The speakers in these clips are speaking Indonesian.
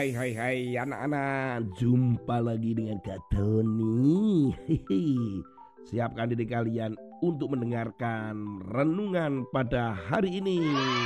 Hai anak-anak, jumpa lagi dengan Kak Tony. Siapkan diri kalian untuk mendengarkan renungan pada hari ini.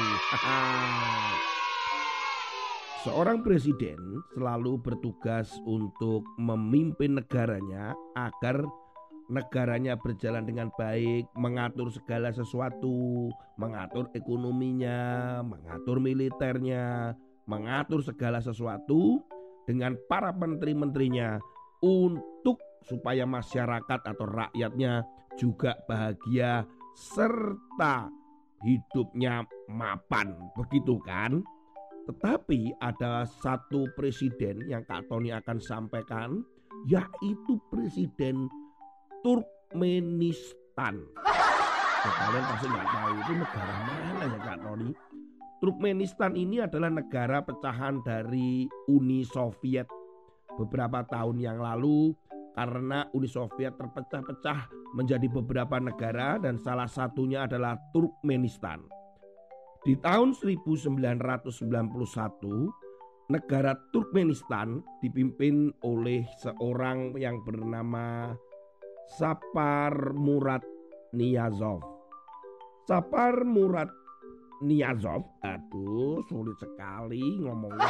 Seorang presiden selalu bertugas untuk memimpin negaranya agar negaranya berjalan dengan baik, mengatur segala sesuatu, mengatur ekonominya, mengatur militernya, mengatur segala sesuatu dengan para menteri-menterinya untuk supaya masyarakat atau rakyatnya juga bahagia serta hidupnya mapan, begitu kan? Tetapi ada satu presiden yang Kak Tony akan sampaikan, yaitu Presiden Turkmenistan. Kalian pasti nggak tahu itu negara mana ya Kak Tony? Turkmenistan ini adalah negara pecahan dari Uni Soviet beberapa tahun yang lalu, karena Uni Soviet terpecah-pecah menjadi beberapa negara dan salah satunya adalah Turkmenistan. Di tahun 1991, negara Turkmenistan dipimpin oleh seorang yang bernama Sapar Murad Niyazov. Sapar Murad Niyazov, sulit sekali ngomongnya.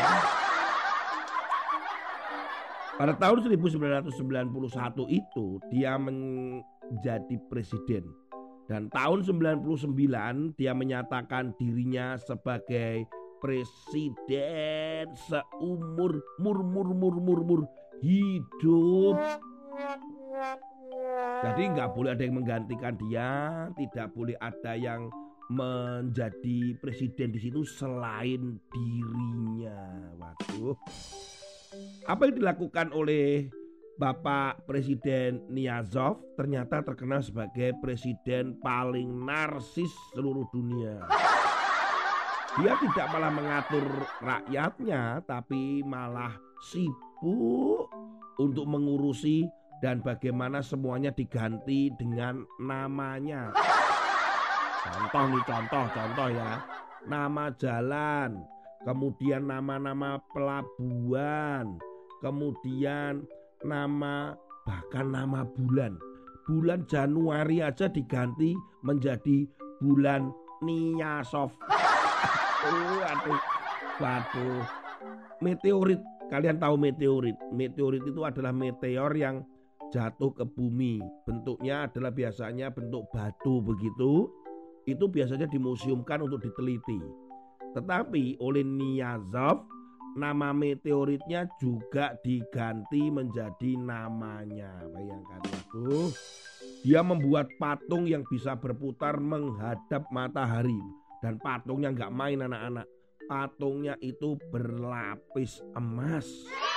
Pada tahun 1991 itu dia menjadi presiden. Dan tahun 99 dia menyatakan dirinya sebagai presiden seumur mur hidup. Jadi nggak boleh ada yang menggantikan dia, tidak boleh ada yang menjadi presiden di situ selain dirinya. Waduh. Apa yang dilakukan oleh Bapak Presiden Niyazov ternyata terkenal sebagai presiden paling narsis seluruh dunia. Dia tidak malah mengatur rakyatnya, tapi malah sibuk untuk mengurusi dan bagaimana semuanya diganti dengan namanya. Contoh ya. Nama jalan, kemudian nama-nama pelabuhan, kemudian bahkan nama bulan. Bulan Januari aja diganti menjadi bulan Niyazov. Waduh. Meteorit, kalian tahu meteorit? Meteorit itu adalah meteor yang jatuh ke bumi. Bentuknya adalah biasanya bentuk batu begitu. Itu biasanya dimuseumkan untuk diteliti. Tetapi oleh Niyazov, nama meteoritnya juga diganti menjadi namanya. Bayangkan itu. Dia membuat patung yang bisa berputar menghadap matahari. Dan patungnya nggak main anak-anak. Patungnya itu berlapis emas.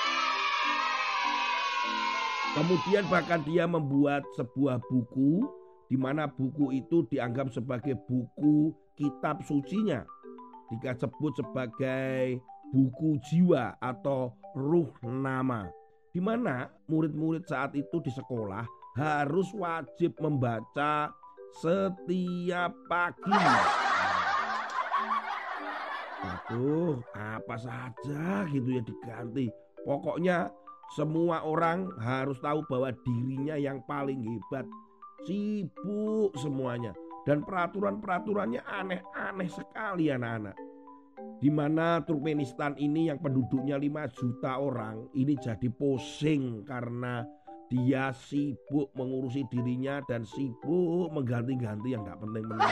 Kemudian bahkan dia membuat sebuah buku, di mana buku itu dianggap sebagai buku kitab sucinya. Disebut sebagai buku jiwa atau ruh nama. Di mana murid-murid saat itu di sekolah harus wajib membaca setiap pagi. Aduh, apa saja gitu ya diganti. Pokoknya semua orang harus tahu bahwa dirinya yang paling hebat. Sibuk semuanya. Dan peraturan-peraturannya aneh-aneh sekali anak-anak. Di mana Turkmenistan ini yang penduduknya 5 juta orang ini jadi pusing karena dia sibuk mengurusi dirinya dan sibuk mengganti-ganti yang gak penting-penting.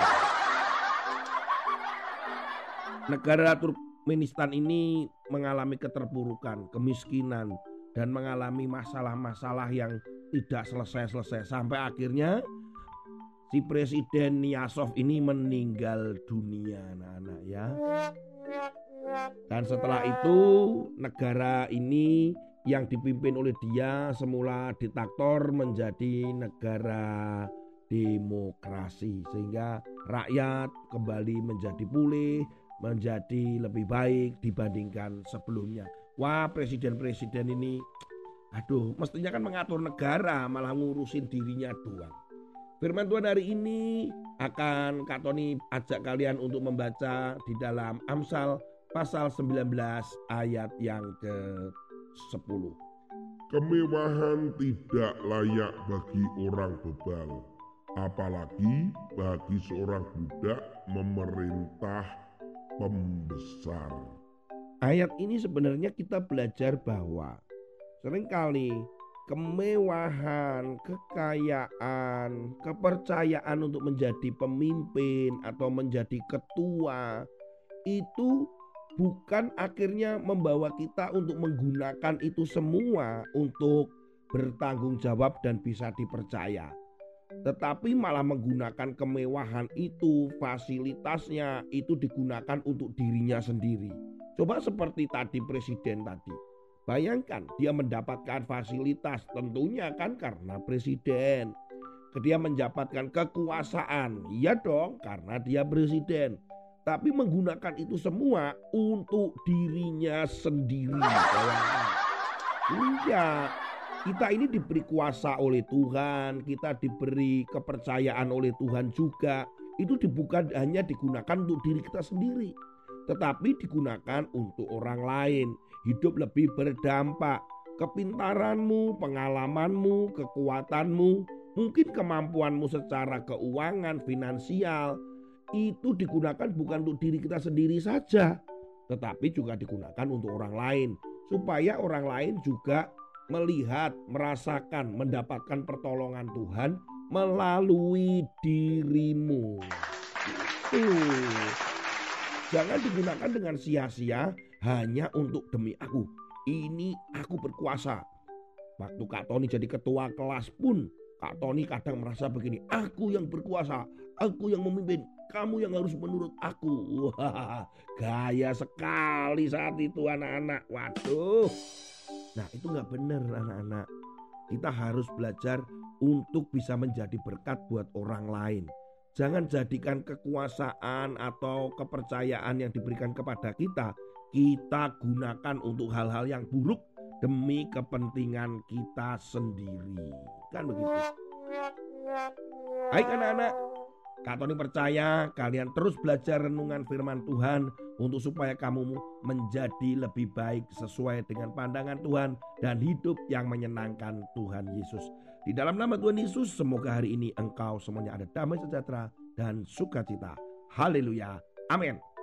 Negara Turkmenistan ini mengalami keterpurukan, kemiskinan, dan mengalami masalah-masalah yang tidak selesai-selesai. Sampai akhirnya si Presiden Niyazov ini meninggal dunia anak-anak ya. Dan setelah itu negara ini yang dipimpin oleh dia semula diktator menjadi negara demokrasi. Sehingga rakyat kembali menjadi pulih, menjadi lebih baik dibandingkan sebelumnya. Wah, presiden-presiden ini mestinya kan mengatur negara, malah ngurusin dirinya doang. Firman Tuhan hari ini akan Kak Tony ajak kalian untuk membaca di dalam Amsal pasal 19 ayat yang ke-10. Kemewahan tidak layak bagi orang bebal, apalagi bagi seorang budak memerintah pembesar. Ayat ini sebenarnya kita belajar bahwa seringkali kemewahan, kekayaan, kepercayaan untuk menjadi pemimpin atau menjadi ketua itu bukan akhirnya membawa kita untuk menggunakan itu semua untuk bertanggung jawab dan bisa dipercaya. Tetapi malah menggunakan kemewahan itu, fasilitasnya itu digunakan untuk dirinya sendiri. Coba seperti tadi presiden tadi. Bayangkan dia mendapatkan fasilitas tentunya kan karena presiden. Dia mendapatkan kekuasaan, iya dong karena dia presiden. Tapi menggunakan itu semua untuk dirinya sendiri. Iya, kita ini diberi kuasa oleh Tuhan, kita diberi kepercayaan oleh Tuhan juga. Itu bukan hanya digunakan untuk diri kita sendiri, tetapi digunakan untuk orang lain. Hidup lebih berdampak. Kepintaranmu, pengalamanmu, kekuatanmu, mungkin kemampuanmu secara keuangan, finansial, itu digunakan bukan untuk diri kita sendiri saja, tetapi juga digunakan untuk orang lain. Supaya orang lain juga melihat, merasakan, mendapatkan pertolongan Tuhan melalui dirimu. Jangan digunakan dengan sia-sia hanya untuk demi aku. Ini aku berkuasa. Waktu Kak Tony jadi ketua kelas pun, Kak Tony kadang merasa begini, aku yang berkuasa, aku yang memimpin, kamu yang harus menurut aku. Wah, gaya sekali saat itu anak-anak. Waduh. Nah itu gak benar anak-anak. Kita harus belajar untuk bisa menjadi berkat buat orang lain. Jangan jadikan kekuasaan atau kepercayaan yang diberikan kepada kita gunakan untuk hal-hal yang buruk demi kepentingan kita sendiri. Kan begitu. Baik anak-anak, Kak Tony percaya kalian terus belajar renungan firman Tuhan untuk supaya kamu menjadi lebih baik sesuai dengan pandangan Tuhan dan hidup yang menyenangkan Tuhan Yesus. Di dalam nama Tuhan Yesus, semoga hari ini engkau semuanya ada damai sejahtera dan sukacita. Haleluya. Amin.